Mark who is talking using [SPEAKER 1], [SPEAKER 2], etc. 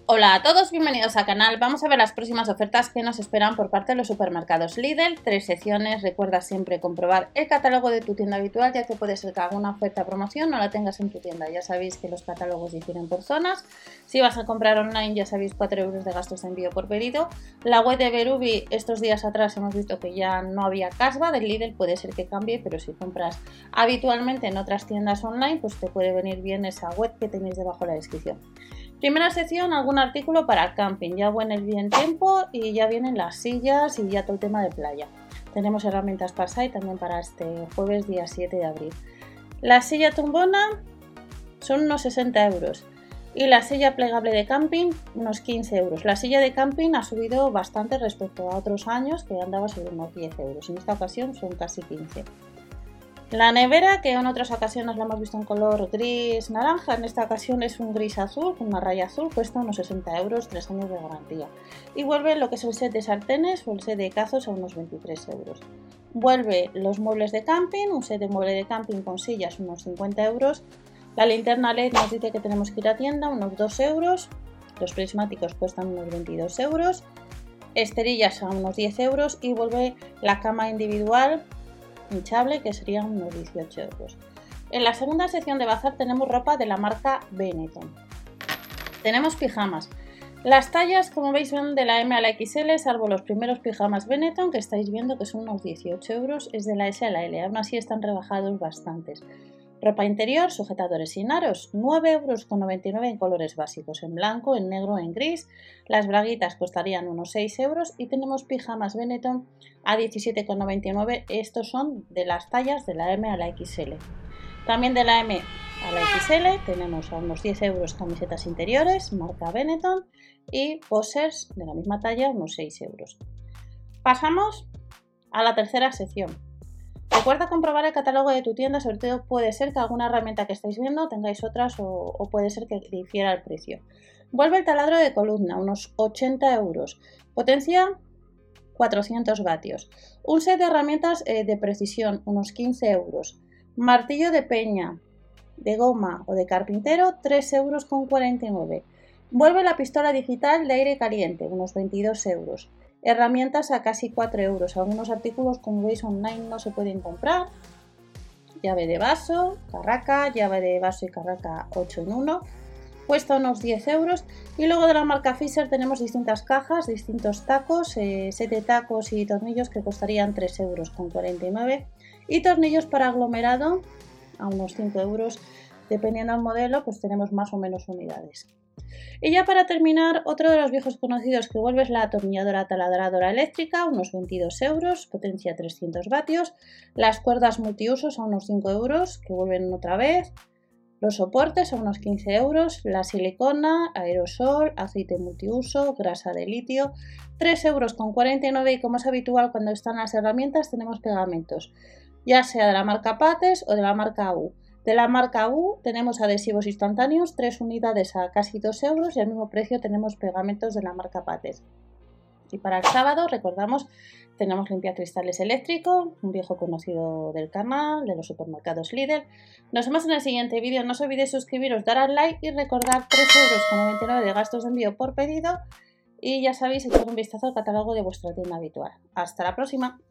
[SPEAKER 1] Hola a todos, bienvenidos al canal. Vamos a ver las próximas ofertas que nos esperan por parte de los supermercados Lidl. 3 secciones. Recuerda siempre comprobar el catálogo de tu tienda habitual, ya que puede ser que alguna oferta o promoción no la tengas en tu tienda. Ya sabéis que los catálogos difieren por zonas. Si vas a comprar online, ya sabéis, 4 euros de gastos de envío por pedido. La web de Verubi, estos días atrás hemos visto que ya no había cashback del Lidl, puede ser que cambie, pero si compras habitualmente en otras tiendas online, pues te puede venir bien esa web que tenéis debajo de la descripción. Primera sección, algún artículo para camping. Ya viene el bien tiempo y ya vienen las sillas y ya todo el tema de playa. Tenemos herramientas para SAI también para este jueves día 7 de abril. La silla tumbona son unos 60 euros y la silla plegable de camping unos 15 euros. La silla de camping ha subido bastante respecto a otros años, que andaba sobre unos 10 euros. En esta ocasión son casi 15. La nevera, que en otras ocasiones la hemos visto en color gris naranja, en esta ocasión es un gris azul con una raya azul, cuesta unos 60 euros, 3 años de garantía. Y vuelve lo que es el set de sartenes o el set de cazos a unos 23 euros. Vuelve los muebles de camping, un set de mueble de camping con sillas unos 50 euros. La linterna LED nos dice que tenemos que ir a tienda, unos 2 euros. Los prismáticos cuestan unos 22 euros. Esterillas a unos 10 euros y vuelve la cama individual hinchable, que serían unos 18 euros. En la segunda sección de bazar tenemos ropa de la marca Benetton. Tenemos pijamas. Las tallas, como veis, son de la M a la XL, salvo los primeros pijamas Benetton, que estáis viendo que son unos 18 euros, es de la S a la L, aún así están rebajados bastantes. Ropa interior, sujetadores sin aros, 9,99 euros en colores básicos, en blanco, en negro, en gris. Las braguitas costarían unos 6 euros y tenemos pijamas Benetton a 17,99 €. Estos son de las tallas de la M a la XL. También de la M a la XL tenemos a unos 10 euros camisetas interiores, marca Benetton, y posers de la misma talla, unos 6 euros. Pasamos a la tercera sección. Recuerda comprobar el catálogo de tu tienda, sobre todo puede ser que alguna herramienta que estáis viendo tengáis otras o puede ser que difiera el precio. Vuelve el taladro de columna, unos 80 euros. Potencia 400 vatios. Un set de herramientas de precisión, unos 15 euros. Martillo de peña, de goma o de carpintero, 3,49 euros. Vuelve la pistola digital de aire caliente, unos 22 euros. Herramientas a casi 4 euros. Algunos artículos, como veis, online no se pueden comprar. Llave de vaso, carraca, llave de vaso y carraca 8 en 1. Cuesta unos 10 euros. Y luego de la marca Fisher tenemos distintas cajas, distintos tacos, 7 tacos y tornillos que costarían 3,49 euros. Y tornillos para aglomerado a unos 5 euros. Dependiendo del modelo, pues tenemos más o menos unidades. Y ya para terminar, otro de los viejos conocidos que vuelve es la atornilladora taladradora eléctrica, unos 22 euros, potencia 300 vatios. Las cuerdas multiusos a unos 5 euros, que vuelven otra vez. Los soportes a unos 15 euros. La silicona, aerosol, aceite multiuso, grasa de litio, 3,49 euros. Y como es habitual cuando están las herramientas, tenemos pegamentos, ya sea de la marca Pates o de la marca AU. De la marca U tenemos adhesivos instantáneos, 3 unidades a casi 2 euros y al mismo precio tenemos pegamentos de la marca Pates. Y para el sábado, recordamos, tenemos limpiacristales eléctrico, un viejo conocido del canal, de los supermercados Lidl. Nos vemos en el siguiente vídeo. No os olvidéis suscribiros, dar al like y recordar 3,99 euros de gastos de envío por pedido. Y ya sabéis, echar un vistazo al catálogo de vuestra tienda habitual. Hasta la próxima.